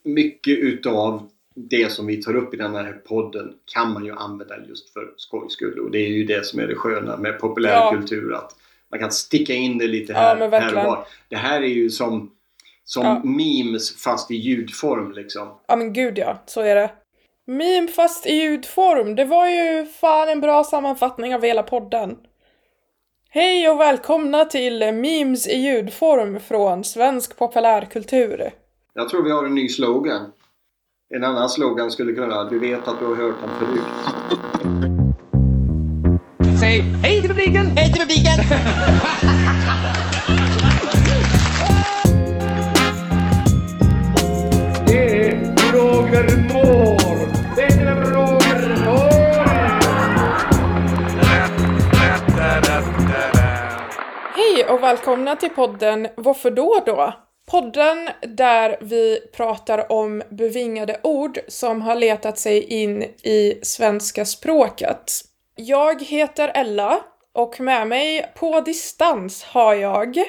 mycket utav det som vi tar upp i den här podden kan man ju använda just för skojs skull. Och det är ju det som är det sköna med populärkultur. Att man kan sticka in det lite här och var. Det här är ju som memes fast i ljudform liksom. Ja men gud ja, så är det. Meme fast i ljudform, det var ju fan en bra sammanfattning av hela podden. Hej och välkomna till memes i ljudform från svensk populärkultur. Jag tror vi har en ny slogan. En annan slogan skulle kunna, du vet att du har hört den förut. Säg hej till publiken! Hej till publiken! Det är Roger Moore! Det är Roger Moore! Hej och välkomna till podden Varför då? Podden där vi pratar om bevingade ord som har letat sig in i svenska språket. Jag heter Ella och med mig på distans har jag...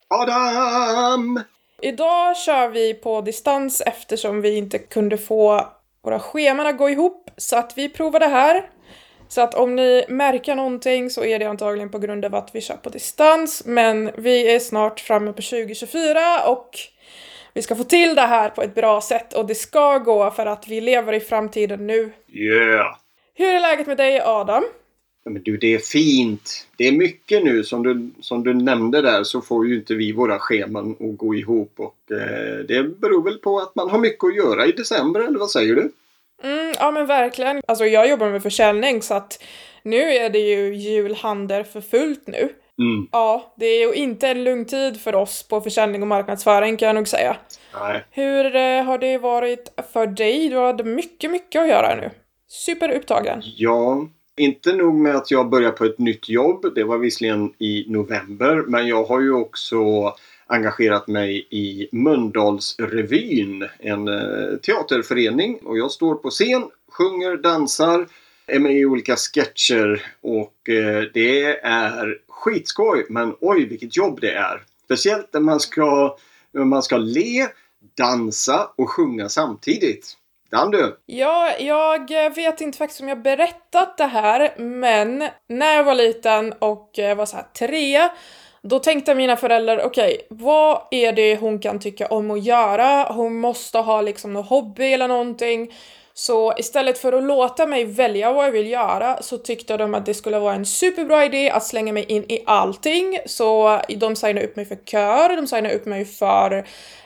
Adam! Idag kör vi på distans eftersom vi inte kunde få våra scheman att gå ihop, så att vi provar det här. Så att om ni märker någonting så är det antagligen på grund av att vi kör på distans. Men vi är snart framme på 2024 och vi ska få till det här på ett bra sätt. Och det ska gå för att vi lever i framtiden nu. Yeah! Hur är läget med dig, Adam? Ja, men du, det är fint. Det är mycket nu som du nämnde där, så får ju inte vi våra scheman att gå ihop. Och det beror väl på att man har mycket att göra i december, eller vad säger du? Ja men verkligen. Alltså jag jobbar med försäljning så att nu är det ju julhandel för fullt nu. Ja, det är ju inte en lugn tid för oss på försäljning och marknadsföring kan jag nog säga. Nej. Hur har det varit för dig? Du hade mycket att göra nu. Superupptagen. Ja, inte nog med att jag börjar på ett nytt jobb. Det var visserligen i november, men jag har ju också engagerat mig i Mölndalsrevyn, en teaterförening. Och jag står på scen, sjunger, dansar, är med i olika sketcher och det är skitskoj. Men oj, vilket jobb det är. Speciellt när man ska le, dansa och sjunga samtidigt. Du? Ja, jag vet inte faktiskt om jag berättat det här, men när jag var liten och var så här 3, då tänkte mina föräldrar, okej, vad är det hon kan tycka om att göra? Hon måste ha liksom någon hobby eller någonting. Så istället för att låta mig välja vad jag vill göra så tyckte de att det skulle vara en superbra idé att slänga mig in i allting. Så de signade upp mig för kör, de signade upp mig för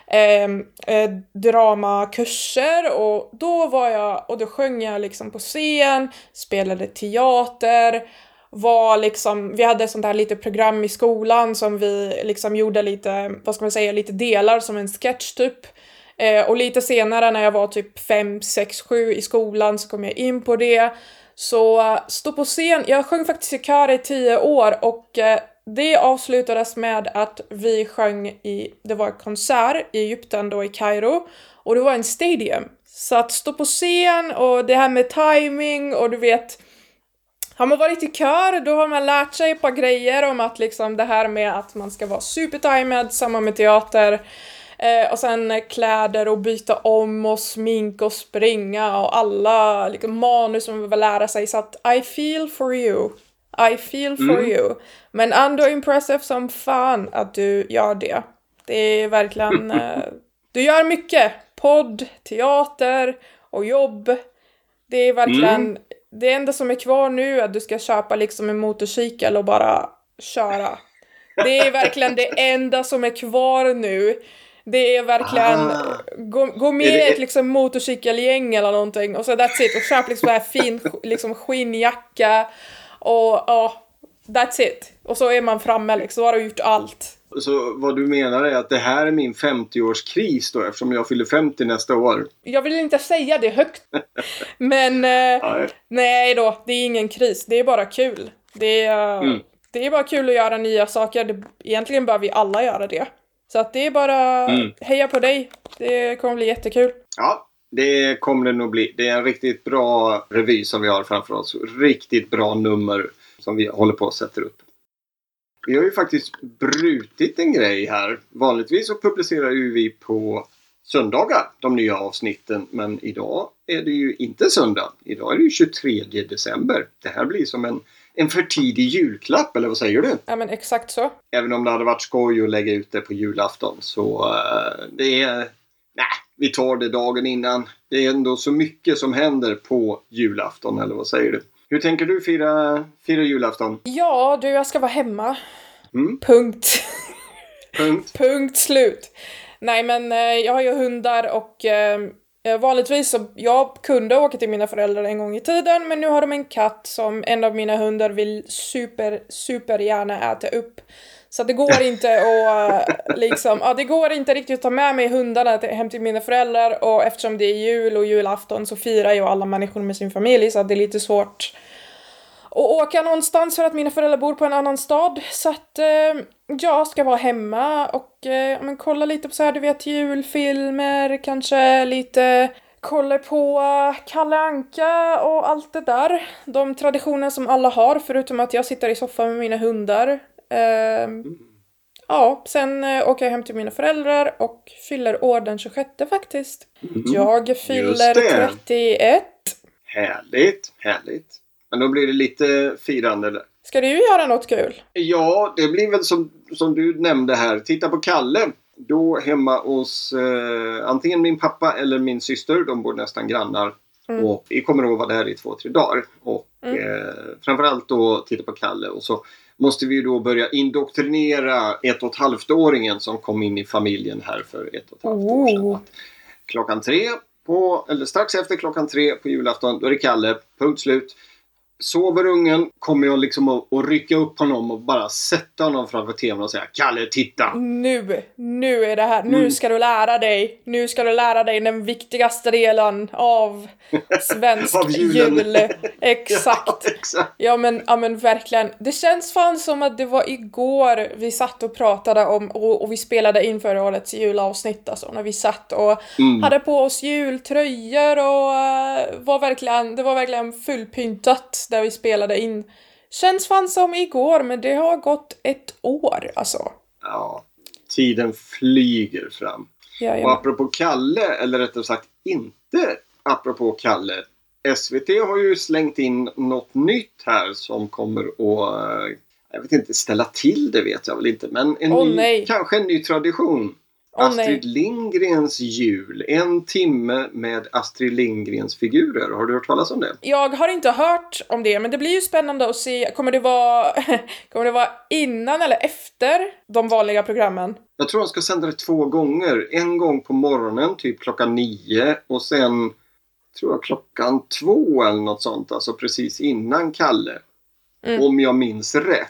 dramakurser och då sjöng jag liksom på scen, spelade teater, vi hade sånt här lite program i skolan som vi liksom gjorde lite, lite delar som en sketch typ. Och lite senare när jag var typ 5, 6, 7 i skolan så kom jag in på det. Så stå på scen, jag sjöng faktiskt i kör i 10 år och det avslutades med att vi sjöng det var en konsert i Egypten då i Kairo och det var en stadium. Så att stå på scen och det här med timing och du vet, har man varit i kör då har man lärt sig ett par grejer om att liksom det här med att man ska vara supertimad, samma med teater. Och sen kläder och byta om och smink och springa och alla liksom, manus som man vill lära sig. Så att I feel for you. Men ändå impressive som fan att du gör det. Det är verkligen... du gör mycket. Podd, teater och jobb. Det är verkligen... Det enda som är kvar nu är att du ska köpa liksom en motorcykel och bara köra. Det är verkligen det enda som är kvar nu. Det är verkligen gå med i ett liksom motorcykelgäng eller någonting och så that's it och köp liksom här fin liksom skinnjacka och that's it och så är man framme liksom, så har du gjort allt. Så vad du menar är att det här är min 50-årskris då eftersom jag fyller 50 nästa år. Jag vill inte säga det högt. Men nej då, det är ingen kris, det är bara kul. Det är bara kul att göra nya saker. Egentligen bör vi alla göra det. Så att det är bara heja på dig. Det kommer bli jättekul. Ja, det kommer det nog bli. Det är en riktigt bra revy som vi har framför oss. Riktigt bra nummer som vi håller på att sätta upp. Vi har ju faktiskt brutit en grej här. Vanligtvis så publicerar ju vi på söndagar, de nya avsnitten. Men idag är det ju inte söndag. Idag är det ju 23 december. Det här blir som en för tidig julklapp, eller vad säger du? Ja, men exakt så. Även om det hade varit skoj att lägga ut det på julafton. Så det är... Nej, vi tar det dagen innan. Det är ändå så mycket som händer på julafton, eller vad säger du? Hur tänker du fira julafton? Ja, du, jag ska vara hemma. Mm. Punkt. Punkt. Slut. Nej, men jag har ju hundar och vanligtvis så jag kunde åka till mina föräldrar en gång i tiden, men nu har de en katt som en av mina hundar vill super gärna äta upp. Så det går inte att liksom, det går inte riktigt att ta med mig hundarna hem till mina föräldrar, och eftersom det är jul och julafton så firar ju alla människor med sin familj, så att det är lite svårt att åka någonstans för att mina föräldrar bor på en annan stad. Så att jag ska vara hemma och men kolla lite på så här, du vet, julfilmer, kanske lite kolla på Kalle Anka och allt det där. De traditioner som alla har, förutom att jag sitter i soffan med mina hundar. Ja, sen åker jag hem till mina föräldrar och fyller år den 26 faktiskt. Jag fyller 31. Härligt. Men då blir det lite firande eller? Ska du göra något kul? Ja, det blir väl som du nämnde här. Titta på Kalle. Då hemma hos antingen min pappa eller min syster. De bor nästan grannar. Och vi kommer att vara där i 2-3 dagar. Och framförallt då titta på Kalle. Och så måste vi då börja indoktrinera 1,5-åringen som kom in i familjen här för 1,5 år sedan. Klockan 3 eller strax efter klockan 3 på julafton, då är det Kalle, punkt slut. Sover ungen, kommer jag liksom att rycka upp honom och bara sätta honom framför tvn och säga: Kalle, titta! Nu är det här. Nu ska du lära dig. Nu ska du lära dig den viktigaste delen av svensk av jul. Exakt. Ja, exakt. Ja men verkligen. Det känns fan som att det var igår vi satt och pratade om och vi spelade in förra årets julavsnitt, alltså, när vi satt och hade på oss jultröjor och det var verkligen fullpyntat där vi spelade in. Känns fan som igår, men det har gått 1 år, alltså. Ja, tiden flyger fram. Och apropå Kalle, eller rättare sagt inte apropå Kalle. SVT har ju slängt in något nytt här som kommer att, jag vet inte, ställa till det vet jag väl inte. Men kanske en ny tradition. Astrid Lindgrens jul. 1 timme med Astrid Lindgrens figurer. Har du hört talas om det? Jag har inte hört om det, men det blir ju spännande att se. Kommer det vara innan eller efter de vanliga programmen? Jag tror de ska sända det 2 gånger. En gång på morgonen, typ klockan 9. Och sen, tror jag, klockan 2 eller något sånt. Alltså precis innan Kalle. Om jag minns rätt.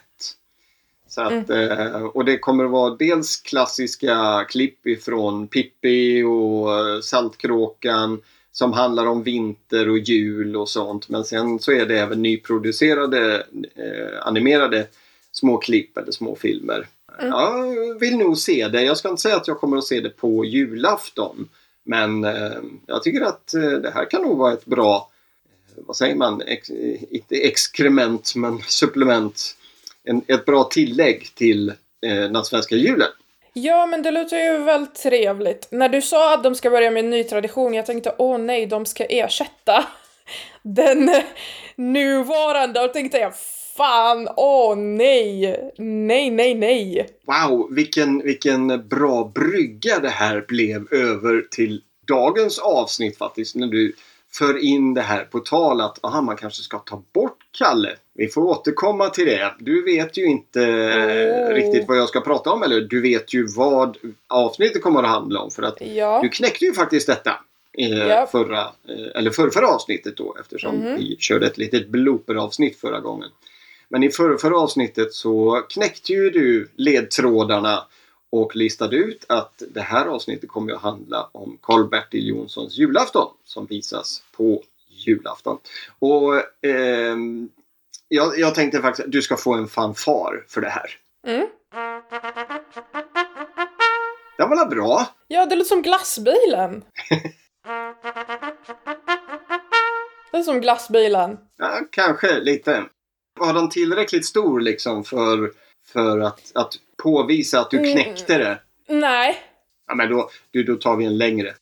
Så att, och det kommer att vara dels klassiska klipp ifrån Pippi och Saltkråkan som handlar om vinter och jul och sånt. Men sen så är det även nyproducerade animerade små klipp eller små filmer. Jag vill nog se det. Jag ska inte säga att jag kommer att se det på julafton. Men jag tycker att det här kan nog vara ett bra, vad säger man, inte exkrement men supplement. Ett bra tillägg till den svenska julen. Ja, men det låter ju väldigt trevligt. När du sa att de ska börja med en ny tradition, jag tänkte, nej, de ska ersätta den nuvarande. Och tänkte jag, fan, nej. Wow, vilken bra brygga det här blev över till dagens avsnitt faktiskt. När du för in det här på tal att man kanske ska ta bort Kalle. Vi får återkomma till det. Du vet ju inte riktigt vad jag ska prata om. Eller du vet ju vad avsnittet kommer att handla om. För att du knäckte ju faktiskt detta förra avsnittet då. Eftersom vi körde ett litet blooper-avsnitt förra gången. Men i förra avsnittet så knäckte ju du ledtrådarna. Och listade ut att det här avsnittet kommer att handla om Karl-Bertil Jonssons julafton. Som visas på julafton. Och jag tänkte faktiskt att du ska få en fanfar för det här. Det var väl bra? Ja, det låter som glassbilen. Det är som glassbilen. Ja, kanske lite. Var den tillräckligt stor liksom för att påvisa att du knäckte det? Nej. Ja, men då tar vi en längre.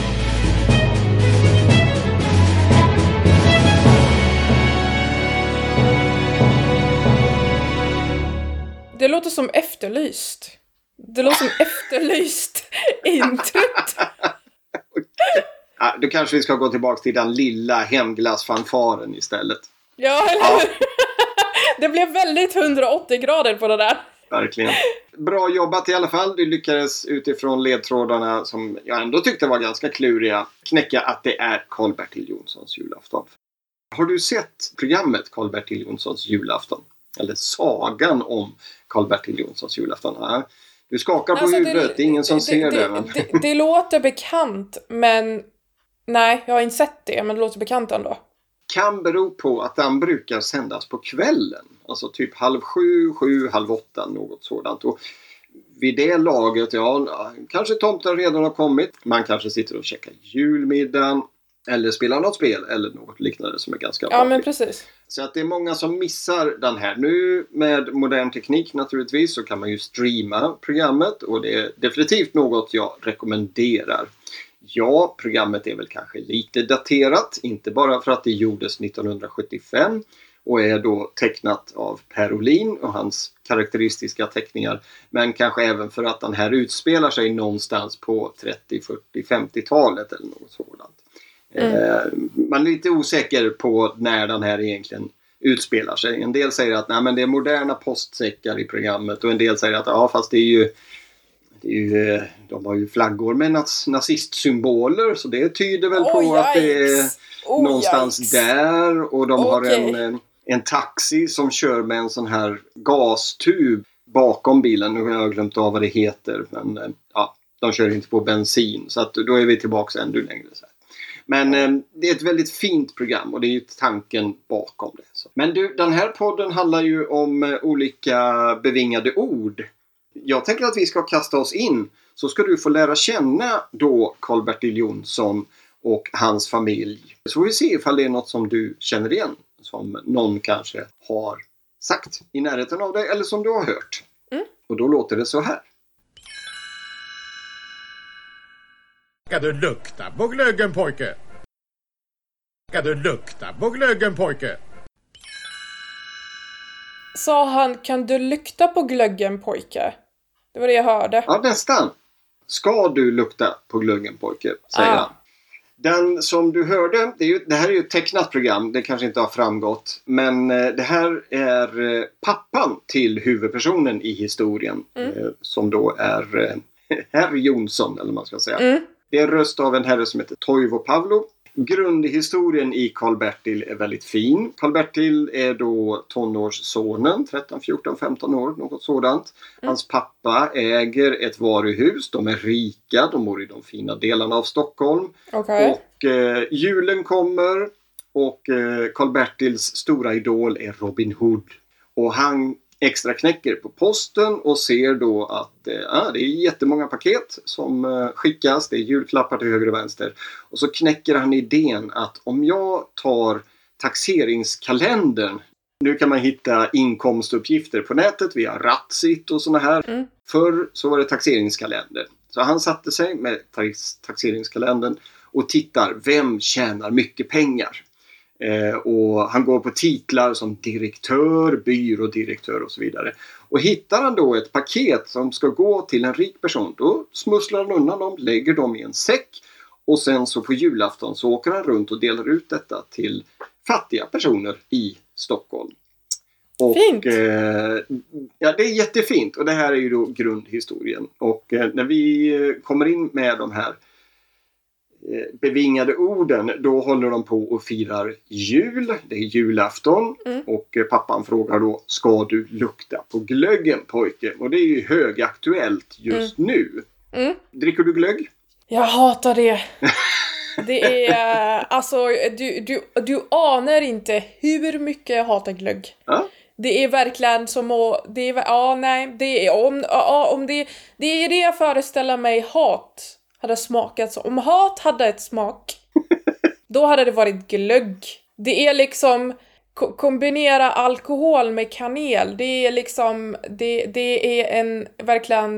Det låter som Efterlyst. Det låter som Efterlyst introt. Ja, då kanske vi ska gå tillbaka till den lilla hemglassfanfaren istället. Ja, eller hur? Det blev väldigt 180 grader på det där. Verkligen. Bra jobbat i alla fall. Du lyckades utifrån ledtrådarna som jag ändå tyckte var ganska kluriga knäcka att det är Karl-Bertil Jonssons julafton. Har du sett programmet Karl-Bertil Jonssons julafton? Eller sagan om Karl-Bertil Jonssons julafton? Ja. Du skakar på huvudet. Det är ingen som ser det. Det låter bekant, men nej, jag har inte sett det, men det låter bekant ändå. Kan bero på att den brukar sändas på kvällen. Alltså typ 6:30, 7, 7:30, något sådant. Och vid det laget, kanske tomten redan har kommit. Man kanske sitter och käkar julmiddagen. Eller spelar något spel eller något liknande som är ganska vanligt. Ja, men precis. Så att det är många som missar den här. Nu med modern teknik naturligtvis så kan man ju streama programmet. Och det är definitivt något jag rekommenderar. Ja, programmet är väl kanske lite daterat. Inte bara för att det gjordes 1975 och är då tecknat av Per Olin och hans karaktäristiska teckningar. Men kanske även för att den här utspelar sig någonstans på 30, 40, 50-talet eller något sådant. Man är lite osäker på när den här egentligen utspelar sig. En del säger att nej, men det är moderna postsäckar i programmet och en del säger att ja, fast det är ju de har ju flaggor med nazistsymboler så det tyder väl på att det är någonstans där och de har en taxi som kör med en sån här gastub bakom bilen. Nu har jag glömt av vad det heter men de kör inte på bensin så att då är vi tillbaka ännu längre så här. Men det är ett väldigt fint program och det är ju tanken bakom det. Så. Men du, den här podden handlar ju om olika bevingade ord. Jag tänker att vi ska kasta oss in så ska du få lära känna då Karl-Bertil Jonsson och hans familj. Så får vi se ifall det är något som du känner igen som någon kanske har sagt i närheten av dig eller som du har hört. Och då låter det så här. Ska du lukta på glöggen, pojke? Ska du lukta på glöggen, pojke? Sa han, kan du lukta på glöggen, pojke? Det var det jag hörde. Ja, nästan. Ska du lukta på glöggen, pojke, säger han. Den som du hörde, det här är ju ett tecknat program, det kanske inte har framgått. Men det här är pappan till huvudpersonen i historien. Som då är herr Jonsson, eller man ska säga. Det är röst av en herre som heter Toivo Pavlo. Grundhistorien i Karl-Bertil är väldigt fin. Karl-Bertil är då tonårssonen, 13, 14, 15 år, något sådant. Hans pappa äger ett varuhus, de är rika, de bor i de fina delarna av Stockholm. Okay. Och julen kommer och Karl-Bertils stora idol är Robin Hood. Och han extra knäcker på posten och ser då att det är jättemånga paket som skickas. Det är julklappar till höger och vänster. Och så knäcker han idén att om jag tar taxeringskalendern. Nu kan man hitta inkomstuppgifter på nätet via Ratsit och såna här. Förr så var det taxeringskalender. Så han satte sig med taxeringskalendern och tittar vem tjänar mycket pengar. Och han går på titlar som direktör, byrådirektör och så vidare. Och hittar han då ett paket som ska gå till en rik person, då smusslar han undan dem, lägger dem i en säck. Och sen så på julafton så åker han runt och delar ut detta till fattiga personer i Stockholm. Och, fint! Ja, det är jättefint och det här är ju då grundhistorien. Och när vi kommer in med de här bevingade orden, då håller de på och firar jul. Det är julafton och pappan frågar då, ska du lukta på glöggen, pojke? Och det är ju högaktuellt just nu. Dricker du glögg? Jag hatar det. Det är, alltså, du anar inte hur mycket jag hatar glögg. Ja? Det är verkligen som att, det är det jag föreställer mig hat hade smakat så. Om hat hade ett smak, då hade det varit glögg. Det är liksom kombinera alkohol med kanel. Det är liksom det är verkligen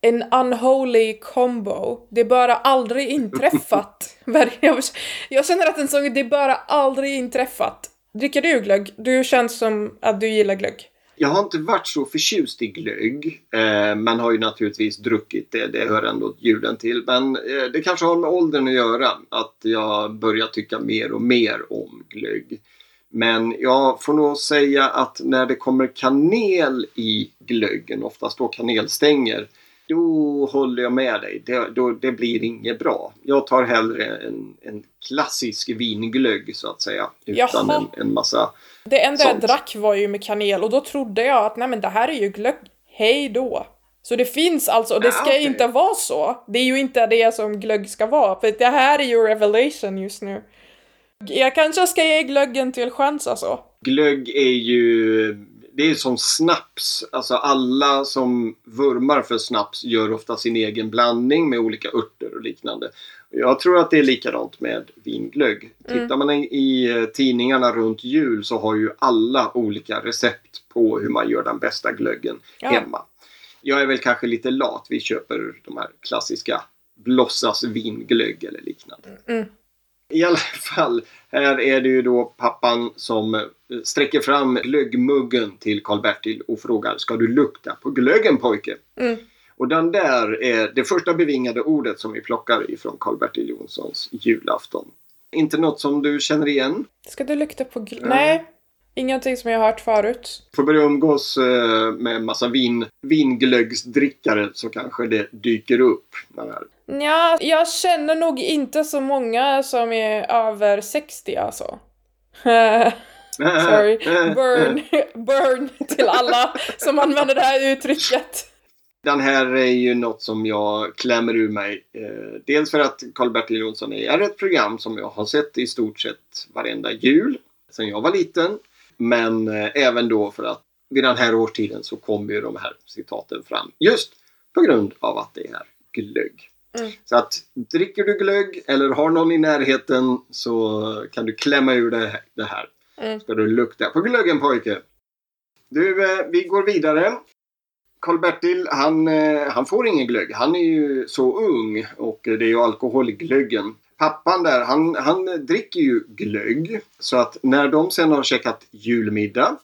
en unholy combo. Det bara aldrig inträffat. Jag känner att en sång, det bara aldrig inträffat. Dricker du glögg? Du känns som att du gillar glögg. Jag har inte varit så förtjust i glögg. Man har ju naturligtvis druckit det. Det hör ändå julen till. Men det kanske har med åldern att göra. Att jag börjar tycka mer och mer om glögg. Men jag får nog säga att när det kommer kanel i glöggen, oftast då kanelstänger, då håller jag med dig. Det blir inget bra. Jag tar hellre en klassisk vinglögg så att säga. Utan en massa det enda sånt. Jag drack var ju med kanel och då trodde jag att nej men det här är ju glögg. Hej då. Så det finns alltså, och det ska inte vara så. Det är ju inte det som glögg ska vara. För det här är ju revelation just nu. Jag kanske ska ge glöggen till chans alltså. Glögg är ju... Det är som snaps. Alltså alla som vurmar för snaps gör ofta sin egen blandning med olika örter och liknande. Jag tror att det är likadant med vinglögg. Tittar man i tidningarna runt jul så har ju alla olika recept på hur man gör den bästa glöggen hemma. Jag är väl kanske lite lat. Vi köper de här klassiska blossas vinglögg eller liknande. I alla fall, här är det ju då pappan som sträcker fram glöggmuggen till Karl-Bertil och frågar: ska du lukta på glöggen, pojke? Och den där är det första bevingade ordet som vi plockar ifrån Karl-Bertil Jonssons julafton. Inte något som du känner igen? Ska du lukta på Nej, ingenting som jag har hört förut. Får börja umgås med massa vinglöggsdrickare så kanske det dyker upp. Ja, jag känner nog inte så många som är över 60 alltså. Sorry. Burn till alla som använder det här uttrycket. Den här är ju något som jag klämmer ur mig. Dels för att Karl-Bertil Jonsson är ett program som jag har sett i stort sett varenda jul sedan jag var liten. Men även då för att vid den här årstiden så kommer ju de här citaten fram. Just på grund av att det är glögg. Så att dricker du glögg eller har någon i närheten så kan du klämma ur det här. Ska du lukta på glöggen, pojke? Du, vi går vidare. Karl-Bertil, han får ingen glögg. Han är ju så ung och det är ju alkohol i glöggen. Pappan där, han dricker ju glögg. Så att när de sen har käkat julmiddag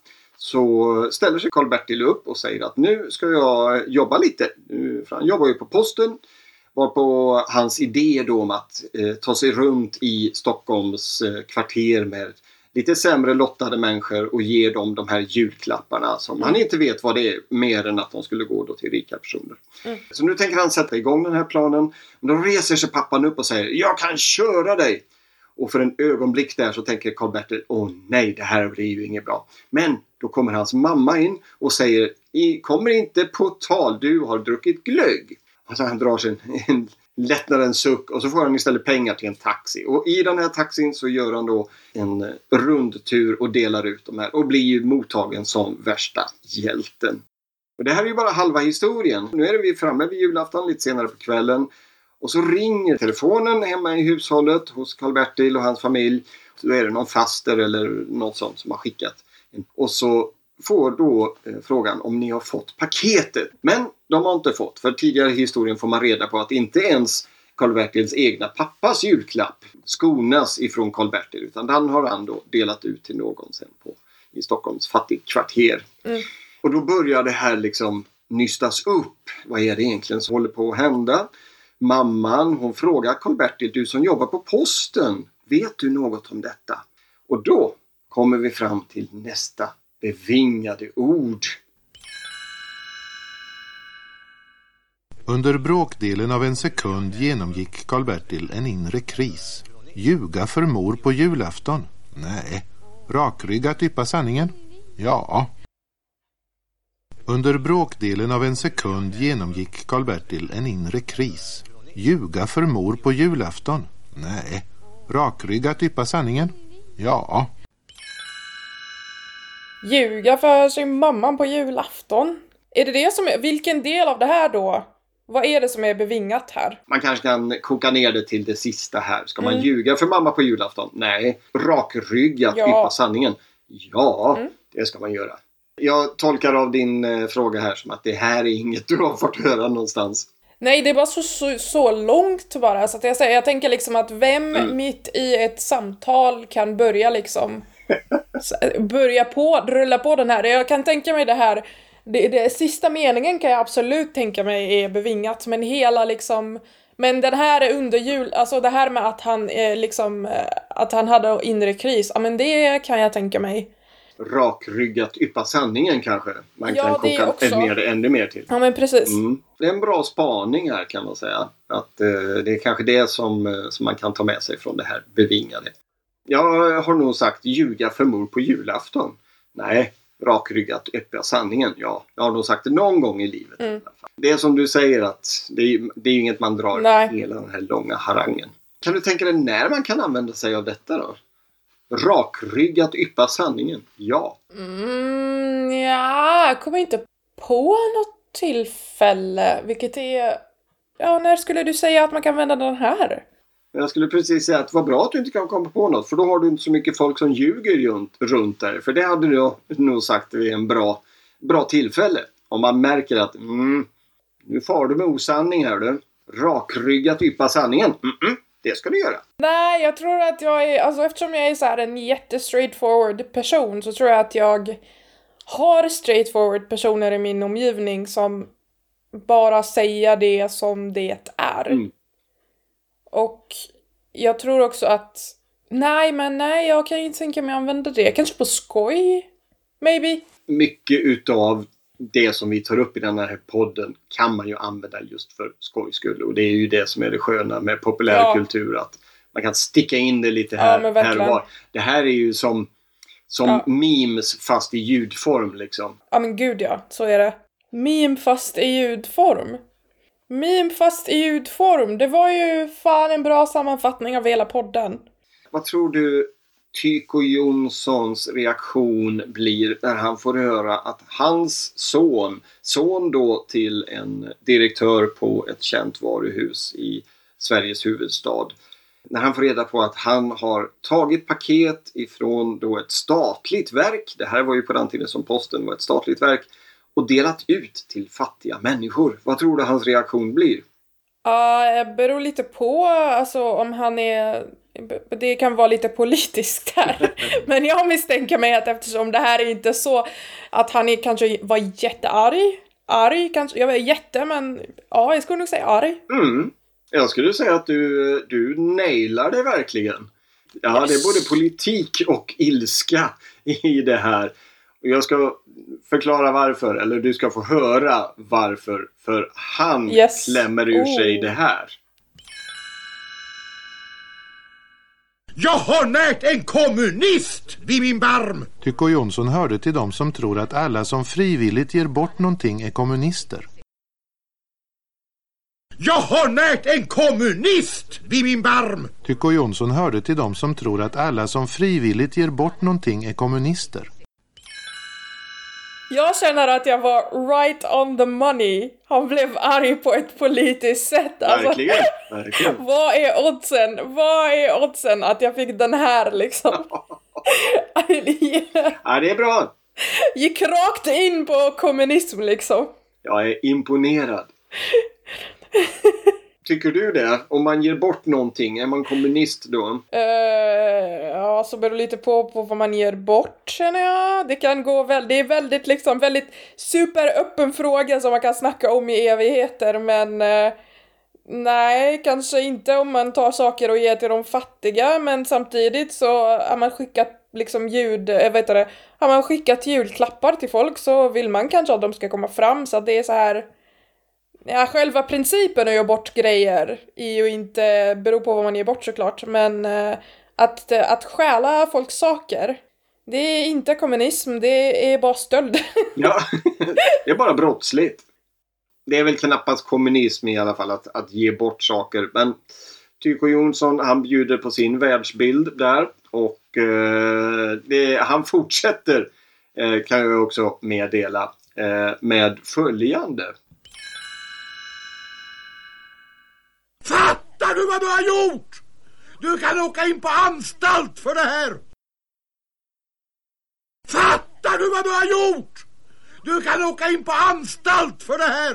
så ställer sig Karl-Bertil upp och säger att nu ska jag jobba lite. För han jobbar ju på posten. Var på hans idé då om att ta sig runt i Stockholms kvarter med lite sämre lottade människor och ge dem de här julklapparna som han inte vet vad det är mer än att de skulle gå då till rika personer. Så nu tänker han sätta igång den här planen. Men då reser sig pappan upp och säger: jag kan köra dig! Och för en ögonblick där så tänker Karl-Bertil: åh nej, det här blir ju inget bra. Men då kommer hans mamma in och säger: kommer inte på tal, du har druckit glögg. Alltså han drar sig en lättnadens suck och så får han istället pengar till en taxi. Och i den här taxin så gör han då en rundtur och delar ut de här. Och blir ju mottagen som värsta hjälten. Och det här är ju bara halva historien. Nu är vi framme vid julafton lite senare på kvällen. Och så ringer telefonen hemma i hushållet hos Karl-Bertil och hans familj. Så är det någon faster eller något sånt som har skickat. Och så får då frågan om ni har fått paketet. Men de har inte fått. För tidigare i historien får man reda på att inte ens Karl-Bertils egna pappas julklapp skonas ifrån Karl-Bertil. Utan den har han då delat ut till någon sen i Stockholms fattigkvarter. Och då börjar det här liksom nystas upp. Vad är det egentligen som håller på att hända? Mamman, hon frågar Karl-Bertil: du som jobbar på posten, vet du något om detta? Och då kommer vi fram till nästa bevingade ord. Under bråkdelen av en sekund genomgick Karl-Bertil en inre kris. Ljuga för mor på julafton? Nej. Rakryggat yppa sanningen? Ja. Under bråkdelen av en sekund genomgick Karl-Bertil en inre kris. Ljuga för mor på julafton? Nej. Rakryggat yppa sanningen? Ja. Ljuga för sin mamma på julafton? Är det som är... Vilken del av det här då? Vad är det som är bevingat här? Man kanske kan koka ner det till det sista här. Ska man ljuga för mamma på julafton? Nej. Rakryggat yppa sanningen? Ja, det ska man göra. Jag tolkar av din fråga här som att det här är inget du har fått höra någonstans. Nej, det är bara så långt bara. Så att jag tänker liksom att vem mitt i ett samtal kan börja liksom rulla på den här. Jag kan tänka mig det här. Det sista meningen kan jag absolut tänka mig är bevingat. Men hela liksom... Men den här är under jul... Alltså det här med att han liksom... Att han hade inre kris. Ja, men det kan jag tänka mig. Rakryggat yppa sanningen kanske. Man Ja, kan koka ner det ännu mer till. Ja, men precis. Det är en bra spaning här kan man säga. Att det är kanske det som man kan ta med sig från det här bevingade. Jag har nog sagt ljuga för mor på julafton. Nej, rakryggat yppa sanningen. Ja, jag har nog sagt det någon gång i livet. Det är som du säger att det är ju inget man drar hela den här långa harangen. Kan du tänka dig när man kan använda sig av detta då? Rakryggat yppa sanningen. Ja. Ja, jag kommer inte på något tillfälle. Vilket är... Ja, när skulle du säga att man kan använda den här? Jag skulle precis säga att det var bra att du inte kan komma på något. För då har du inte så mycket folk som ljuger runt där. För det hade du nog sagt vid en bra tillfälle. Om man märker att nu far du med osanning här du. Rakryggat yppa sanningen. Det ska du göra. Nej, jag tror att jag är... Alltså eftersom jag är så här en jättestraightforward person så tror jag att jag har straightforward personer i min omgivning som bara säger det som det är. Och jag tror också att... Nej, jag kan inte tänka mig att använda det. Kanske på skoj, maybe. Mycket utav det som vi tar upp i den här podden kan man ju använda just för skojs skull. Och det är ju det som är det sköna med populärkultur. Att man kan sticka in det lite här och var. Det här är ju som memes fast i ljudform liksom. Ja men gud ja, så är det. Meme fast i ljudform. Det var ju fan en bra sammanfattning av hela podden. Vad tror du Tycho Jonssons reaktion blir när han får höra att hans son då till en direktör på ett känt varuhus i Sveriges huvudstad, när han får reda på att han har tagit paket ifrån då ett statligt verk, det här var ju på den tiden som posten var ett statligt verk, och delat ut till fattiga människor. Vad tror du hans reaktion blir? Det beror lite på, alltså om han är... Det kan vara lite politiskt här. Men jag misstänker mig att eftersom det här är inte så att han kanske var jättearg. Kanske, jag vet men ja, jag skulle nog säga arg. Jag skulle säga att du nailar det verkligen. Ja, yes. Det är både politik och ilska i det här. Och jag ska förklara varför, eller du ska få höra varför. För han klämmer ur sig det här. Jag har närt en kommunist vid min barm! Tycho Jonsson hörde till dem som tror att alla som frivilligt ger bort någonting är kommunister. Jag har närt en kommunist vid min barm! Tycho Jonsson hörde till dem som tror att alla som frivilligt ger bort någonting är kommunister. Jag känner att jag var right on the money. Han blev arg på ett politiskt sätt. Alltså, verkligen. Vad är oddsen att jag fick den här liksom? Ja, det är bra. Gick rakt in på kommunism liksom. Jag är imponerad. Tycker du det? Om man ger bort någonting, är man kommunist då? Ja, så beror det lite på vad man ger bort, känner jag. Det kan gå det är väldigt superöppen fråga som man kan snacka om i evigheter, men nej, kanske inte om man tar saker och ger till de fattiga, men samtidigt så har man skickat liksom har man skickat julklappar till folk så vill man kanske att de ska komma fram, så att det är så här. Ja, själva principen att ge bort grejer är ju inte, beror på vad man ger bort såklart, men att stjäla folks saker, det är inte kommunism, det är bara stöld. Ja, det är bara brottsligt. Det är väl knappast kommunism i alla fall att ge bort saker, men Tycho Jonsson, han bjuder på sin världsbild där och han fortsätter, kan jag också meddela, med följande. Fattar du vad du har gjort? Du kan åka in på anstalt för det här! Fattar du vad du har gjort? Du kan åka in på anstalt för det här!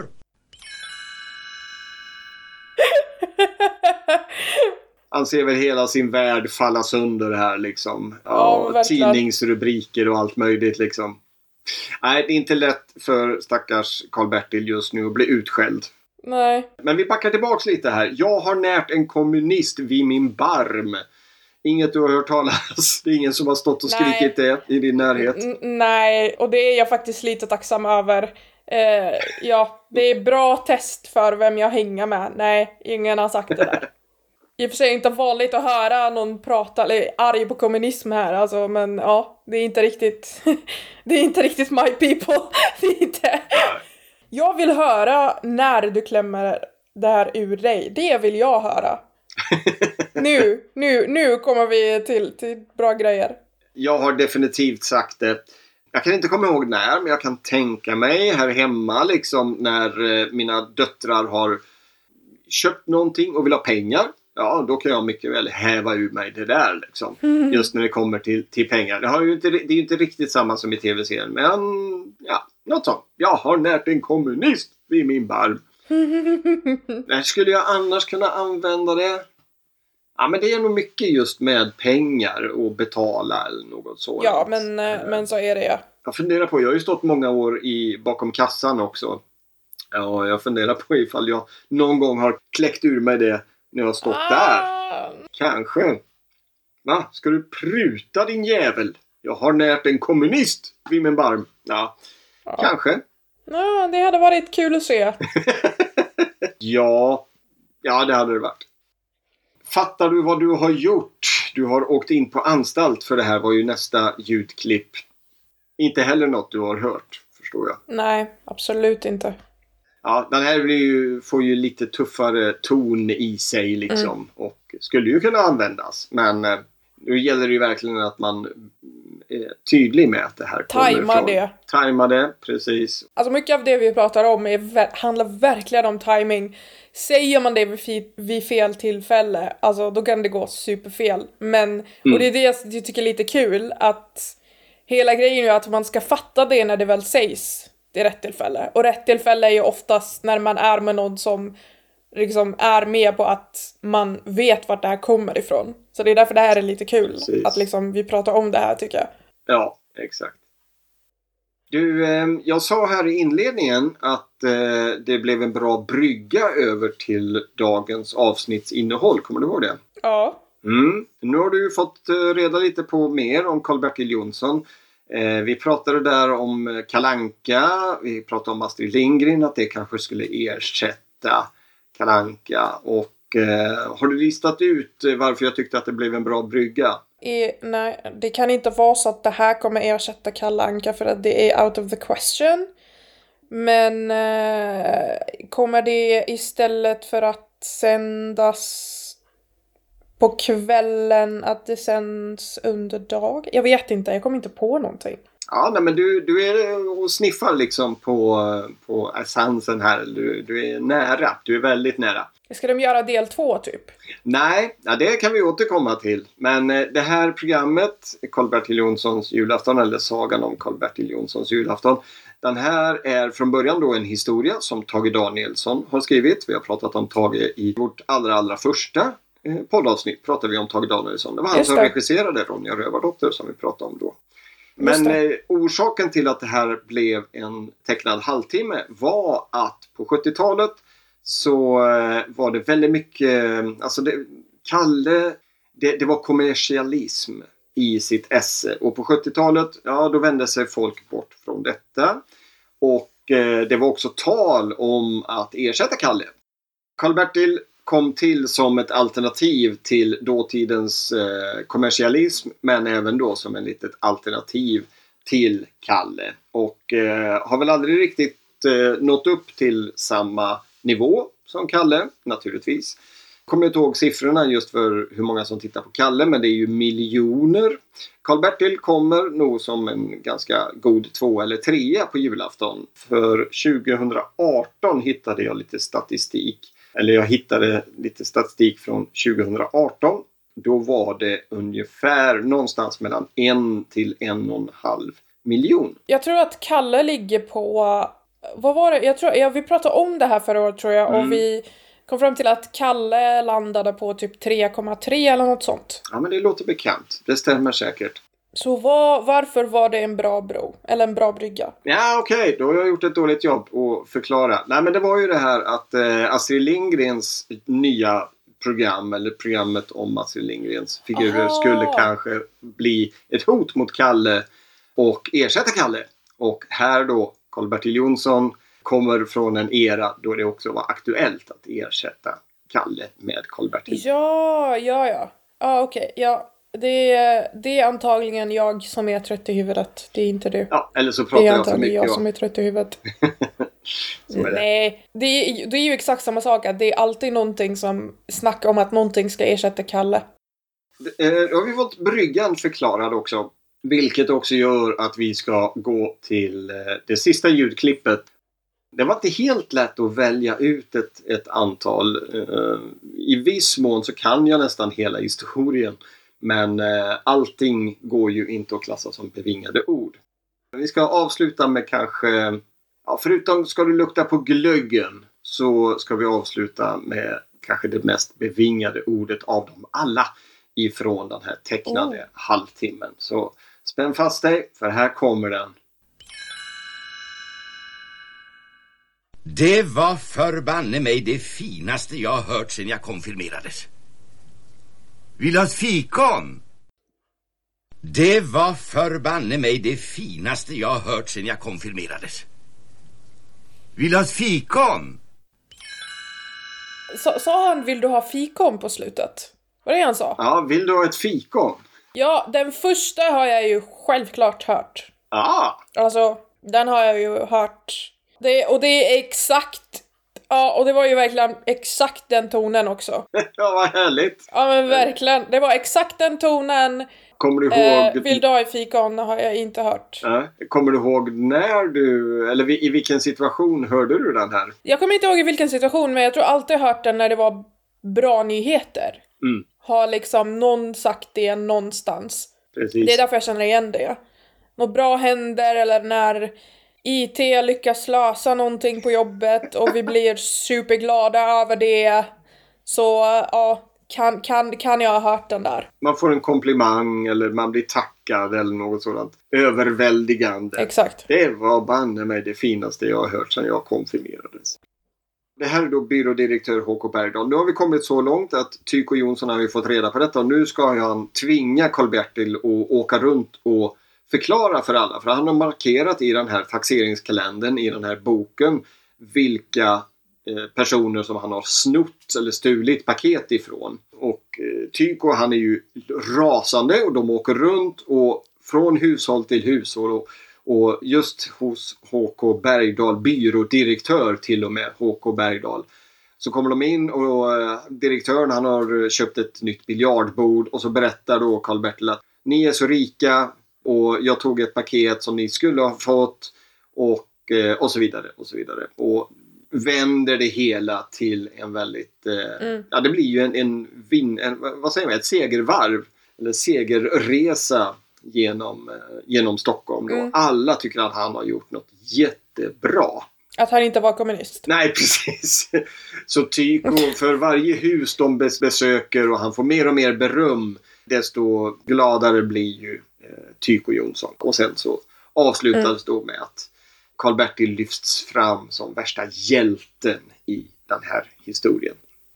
Han ser väl hela sin värld falla sönder här liksom. Ja, verkligen. Tidningsrubriker och allt möjligt liksom. Nej, det är inte lätt för stackars Karl-Bertil just nu att bli utskälld. Nej. Men vi backar tillbaks lite här. Jag har närt en kommunist vid min barm. Inget du har hört talas. Det är ingen som har stått och skrikit det i din närhet. Nej, och det är jag faktiskt lite tacksam över. Ja, det är bra test för vem jag hänger med. Nej, ingen har sagt det där. I och för sig inte vanligt att höra någon prata eller arg på kommunism här, alltså, men ja, det är inte riktigt det är inte riktigt my people. Det är inte. Jag vill höra när du klämmer det här ur dig. Det vill jag höra. Nu kommer vi till bra grejer. Jag har definitivt sagt det. Jag kan inte komma ihåg när, men jag kan tänka mig här hemma liksom när mina döttrar har köpt någonting och vill ha pengar. Ja, då kan jag mycket väl häva ur mig det där liksom. Just när det kommer till pengar. Det är ju inte riktigt samma som i tv-serien. Men ja, något sånt. Jag har närt en kommunist vid min barm. När skulle jag annars kunna använda det? Ja, men det är nog mycket just med pengar och betala eller något sådant. Ja, men så är det ja. Jag funderar på, jag har ju stått många år bakom kassan också. Ja, jag funderar på ifall jag någon gång har kläckt ur mig det när jag har stått där. Kanske. Va? Ska du pruta din jävel? Jag har närt en kommunist vid min barm. Ja. Kanske. Ja, det hade varit kul att se. Ja, det hade det varit. Fattar du vad du har gjort? Du har åkt in på anstalt, för det här var ju nästa ljudklipp. Inte heller något du har hört, förstår jag. Nej, absolut inte. Ja, den här får ju lite tuffare ton i sig liksom. Och skulle ju kunna användas. Men nu gäller det ju verkligen att man är tydlig med att det här kommer från. Tajma det, precis. Alltså mycket av det vi pratar om handlar verkligen om timing. Säger man det vid fel tillfälle, alltså då kan det gå superfel. Men, och det är det jag tycker är lite kul, att hela grejen är att man ska fatta det när det väl sägs. Det är rätt tillfälle. Och rätt tillfälle är ju oftast när man är med någon som liksom är med på att man vet vart det här kommer ifrån. Så det är därför det här är lite kul. Precis. Att liksom vi pratar om det här, tycker jag. Ja, exakt. Du, jag sa här i inledningen att det blev en bra brygga över till dagens avsnittsinnehåll. Kommer du ihåg det? Ja. Nu har du fått reda lite på mer om Karl-Bertil Jonsson. Vi pratade där om Kalle Anka. Vi pratade om Astrid Lindgren, att det kanske skulle ersätta Kalle Anka. Och har du listat ut varför jag tyckte att det blev en bra brygga? Nej, det kan inte vara så att det här kommer ersätta Kalle Anka, för att det är out of the question. Men kommer det istället för att sändas på kvällen, att det sänds under dag? Jag vet inte, jag kommer inte på någonting. Ja, nej, men du är och sniffar liksom på essensen här. Du är nära, du är väldigt nära. Ska de göra del 2 typ? Nej, det kan vi återkomma till. Men det här programmet, Karl-Bertil Jonssons julafton, eller sagan om Karl-Bertil Jonssons julafton. Den här är från början då en historia som Tage Danielsson har skrivit. Vi har pratat om Tage i vårt allra första poddavsnitt. Pratade vi om Tage Danielsson. Det var han som regisserade Ronja Rövardotter som vi pratade om då. Men orsaken till att det här blev en tecknad halvtimme var att på 70-talet så var det väldigt mycket, alltså det var kommersialism i sitt esse. Och på 70-talet, då vände sig folk bort från detta. Och det var också tal om att ersätta Kalle. Karl-Bertil kom till som ett alternativ till dåtidens kommersialism, men även då som en litet alternativ till Kalle. Och har väl aldrig riktigt nått upp till samma nivå som Kalle, naturligtvis. Kommer inte ihåg siffrorna just för hur många som tittar på Kalle, men det är ju miljoner. Karl-Bertil kommer nog som en ganska god 2 eller 3 på julafton. För 2018 hittade jag lite statistik. Eller jag hittade lite statistik från 2018. Då var det ungefär någonstans mellan 1 till 1,5 miljon. Jag tror att Kalle ligger på... Vad var det? Vi pratade om det här förra året tror jag. Och vi kom fram till att Kalle landade på typ 3,3 eller något sånt. Ja, men det låter bekant. Det stämmer säkert. Så varför var det en bra bro? Eller en bra brygga? Ja, okej. Då har jag gjort ett dåligt jobb att förklara. Nej, men det var ju det här att Astrid Lindgrens nya program, eller programmet om Astrid Lindgrens figurer, skulle kanske bli ett hot mot Kalle och ersätta Kalle. Och här då, Karl-Bertil Jonsson kommer från en era då det också var aktuellt att ersätta Kalle med Karl-Bertil. Ja. Ja, okej. Ja. Det är antagligen jag som är trött i huvudet. Det är inte du. Ja, eller så pratar jag för mycket. Det är antagligen jag som är trött i huvudet. Nej, det är ju exakt samma sak. Att det är alltid någonting som snackar om att någonting ska ersätta Kalle. Då har vi fått bryggan förklarad också. Vilket också gör att vi ska gå till det sista ljudklippet. Det var inte helt lätt att välja ut ett antal. I viss mån så kan jag nästan hela historien. Men allting går ju inte att klassa som bevingade ord. Vi ska avsluta med kanske... Ja, förutom ska du lukta på glöggen så ska vi avsluta med kanske det mest bevingade ordet av dem alla ifrån den här tecknade halvtimmen. Så spänn fast dig, för här kommer den. Det var förbanne mig det finaste jag har hört sedan jag konfirmerades. Vill du ha ett fikon? Det var förbanne mig det finaste jag har hört sedan jag konfirmerades. Vill du ha ett fikon? Sa han vill du ha fikon på slutet? Var det han sa? Ja, vill du ha ett fikon? Ja, den första har jag ju självklart hört. Alltså, den har jag ju hört. Det är exakt... Ja, och det var ju verkligen exakt den tonen också. Ja, vad härligt. Ja, men verkligen. Det var exakt den tonen. Kommer du ihåg... Vill du ha i fikon har jag inte hört. Kommer du ihåg när du... Eller i vilken situation hörde du den här? Jag kommer inte ihåg i vilken situation, men jag tror alltid hört den när det var bra nyheter. Har liksom någon sagt det någonstans. Precis. Det är därför jag känner igen det. Något bra händer eller när... IT lyckas lösa någonting på jobbet och vi blir superglada över det. Så ja, kan jag ha hört den där. Man får en komplimang eller man blir tackad eller något sådant. Överväldigande. Exakt. Det var banne mig det finaste jag har hört sedan jag konfirmerades. Det här är då byrådirektör H.K. Bergdahl. Nu har vi kommit så långt att Tycho Jonsson har ju fått reda på detta. Och nu ska han tvinga Karl-Bertil att åka runt och förklara för alla. För han har markerat i den här taxeringskalendern, i den här boken, vilka personer som han har snott eller stulit paket ifrån. Och Tycho, han är ju rasande och de åker runt och från hushåll till hushåll. Och just hos H.K. Bergdahl, byrådirektör till och med H.K. Bergdahl, så kommer de in och direktören han har köpt ett nytt biljardbord och så berättar då Karl-Bertil att ni är så rika och jag tog ett paket som ni skulle ha fått och så vidare och så vidare. Och vänder det hela till en väldigt... Ja, det blir ju ett segervarv eller segerresa genom Stockholm. Då. Alla tycker att han har gjort något jättebra. Att han inte var kommunist. Nej, precis. Så Tycho, för varje hus de besöker och han får mer och mer beröm, desto gladare blir ju Tycho Jonsson. Och sen så avslutas då med att Karl-Bertil lyfts fram som värsta hjälten i den här historien.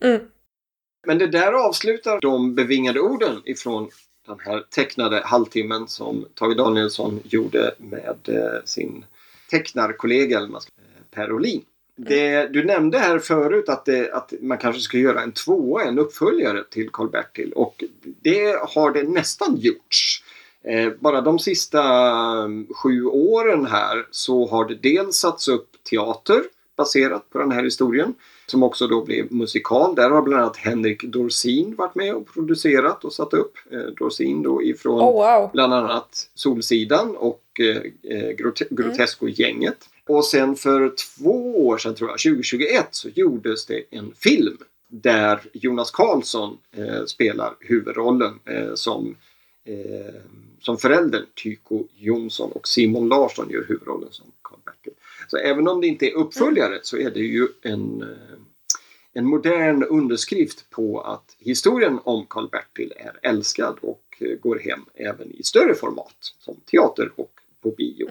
Men det där avslutar de bevingade orden ifrån den här tecknade halvtimmen som Tage Danielsson gjorde med sin tecknarkollega Per Olin. Du nämnde här förut att man kanske ska göra en uppföljare till Karl-Bertil, och det har det nästan gjorts. Bara de sista 7 åren här så har det dels satts upp teater baserat på den här historien, som också då blev musikal. Där har bland annat Henrik Dorsin varit med och producerat och satt upp. Dorsin då ifrån bland annat Solsidan och Grotesco-gänget. Och sen för 2 år sedan, tror jag, 2021, så gjordes det en film där Jonas Karlsson spelar huvudrollen som som föräldern Tycho Jonsson, och Simon Larsson gör huvudrollen som Karl-Bertil. Så även om det inte är uppföljare så är det ju en modern underskrift på att historien om Karl-Bertil är älskad och går hem även i större format som teater och på bio.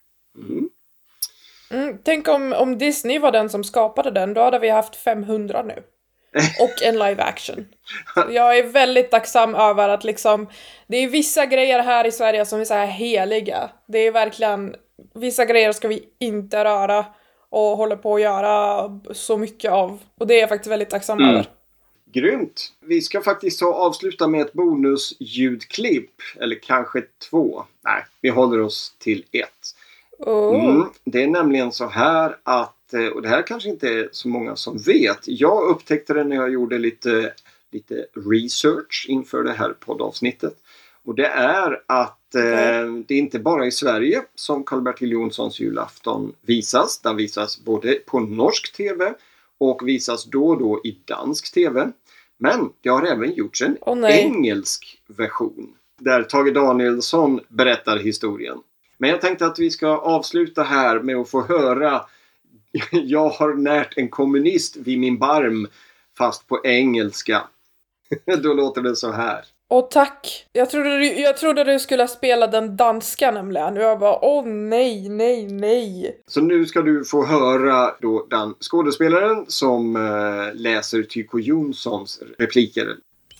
Tänk om Disney var den som skapade den, då hade vi haft 500 nu. Och en live action. Jag är väldigt tacksam över att liksom, det är vissa grejer här i Sverige som är så här heliga. Det är verkligen, vissa grejer ska vi inte röra och håller på att göra så mycket av. Och det är jag faktiskt väldigt tacksam över. Grymt! Vi ska faktiskt avsluta med ett bonusljudklipp. Eller kanske 2. Nej, vi håller oss till 1. Det är nämligen så här att, och det här kanske inte är så många som vet. Jag upptäckte det när jag gjorde lite research inför det här poddavsnittet. Och det är att det är inte bara i Sverige som Karl-Bertil Jonssons julafton visas. Den visas både på norsk tv och visas då och då i dansk tv. Men det har även gjorts en engelsk version där Tage Danielsson berättar historien. Men jag tänkte att vi ska avsluta här med att få höra Jag har närt en kommunist vid min barm, fast på engelska. Då låter det så här. Och tack. Jag trodde du skulle spela den danska nämligen. Och jag bara, nej. Så nu ska du få höra då den skådespelaren som läser Tycho Jonssons repliker.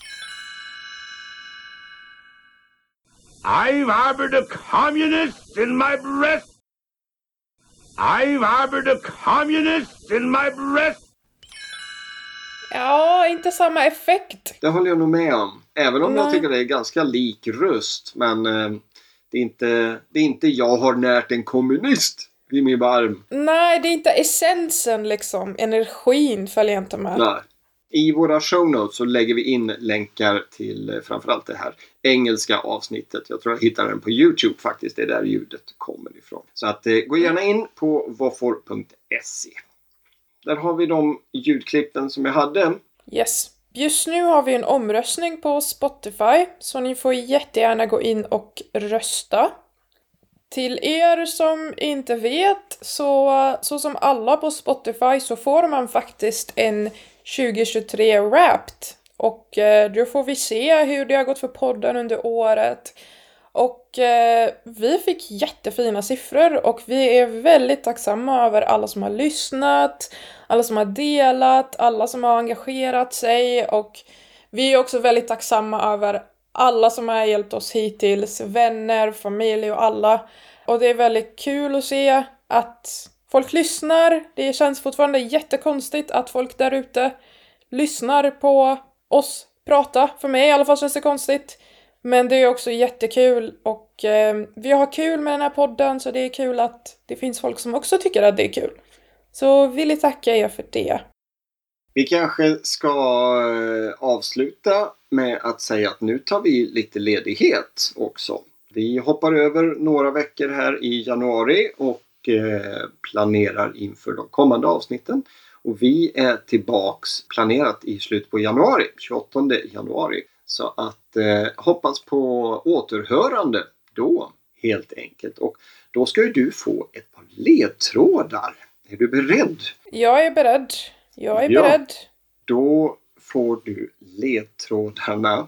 I've harbored a communist in my breast. I've harbored a communist in my breast. Ja, inte samma effekt. Det håller jag nog med om. Även om jag tycker det är ganska lik röst. Men det är inte jag har närt en kommunist vid min barm. Nej, det är inte essensen liksom. Energin följer inte med. Nej. I våra show notes så lägger vi in länkar till framförallt det här engelska avsnittet. Jag tror jag hittar den på YouTube faktiskt. Det är där ljudet kommer ifrån. Så att gå gärna in på vofor.se. Där har vi de ljudklippen som jag hade. Yes. Just nu har vi en omröstning på Spotify. Så ni får jättegärna gå in och rösta. Till er som inte vet, så som alla på Spotify så får man faktiskt en 2023 Wrapped. Och då får vi se hur det har gått för podden under året. Och vi fick jättefina siffror och vi är väldigt tacksamma över alla som har lyssnat, alla som har delat, alla som har engagerat sig. Och vi är också väldigt tacksamma över alla som har hjälpt oss hittills, vänner, familj och alla. Och det är väldigt kul att se att folk lyssnar. Det känns fortfarande jättekonstigt att folk där ute lyssnar på oss prata. För mig i alla fall känns det konstigt. Men det är också jättekul och vi har kul med den här podden, så det är kul att det finns folk som också tycker att det är kul. Så vill jag tacka er för det. Vi kanske ska avsluta med att säga att nu tar vi lite ledighet också. Vi hoppar över några veckor här i januari och planerar inför de kommande avsnitten. Och vi är tillbaks planerat i slutet på januari, 28 januari. Så att hoppas på återhörande då, helt enkelt. Och då ska ju du få ett par ledtrådar. Är du beredd? Jag är beredd. Beredd. Då får du ledtrådarna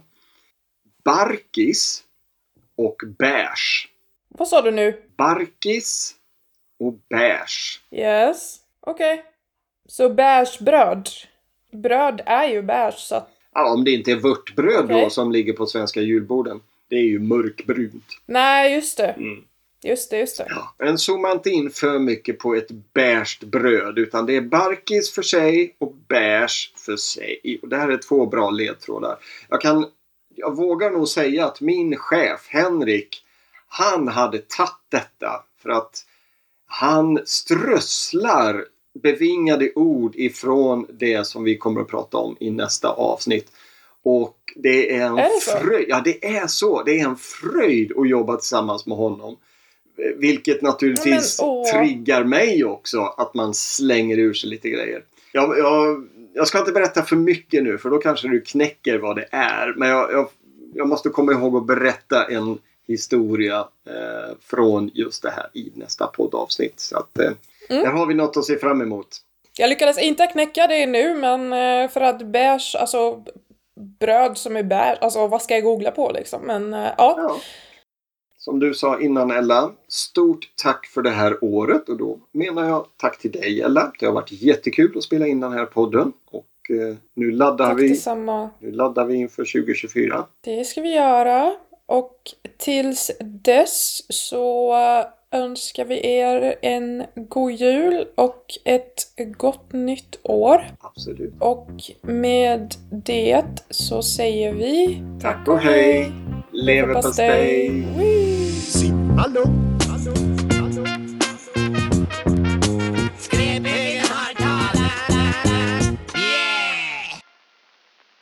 Barkis och Bärs. Vad sa du nu? Barkis och Bärs. Yes. Okej. Så bärsbröd. Bröd är ju bärs, så att... Ja, om det inte är vörtbröd då som ligger på svenska julborden. Det är ju mörkbrunt. Nej, just det. Just det. Ja, men zooma inte in för mycket på ett bärst bröd. Utan det är barkis för sig och bärs för sig. Och det här är 2 bra ledtrådar. Jag vågar nog säga att min chef Henrik, han hade tagit detta. För att han strösslar bevingade ord ifrån det som vi kommer att prata om i nästa avsnitt. Och det är en fröjd. Ja, det är så. Det är en fröjd att jobba tillsammans med honom. Vilket naturligtvis triggar mig också. Att man slänger ur sig lite grejer. Jag ska inte berätta för mycket nu. För då kanske du knäcker vad det är. Men jag måste komma ihåg att berätta en historia från just det här i nästa poddavsnitt. Så att där har vi något att se fram emot. Jag lyckades inte knäcka det nu, men för att beige, alltså bröd som är beige, alltså vad ska jag googla på liksom? Men ja. Som du sa innan, Ella, stort tack för det här året, och då menar jag tack till dig, Ella. Det har varit jättekul att spela in den här podden, och nu laddar vi inför 2024. Det ska vi göra, och tills dess så önskar vi er en god jul och ett gott nytt år. Absolut. Och med det så säger vi tack och hej, leverpastej. Hallå!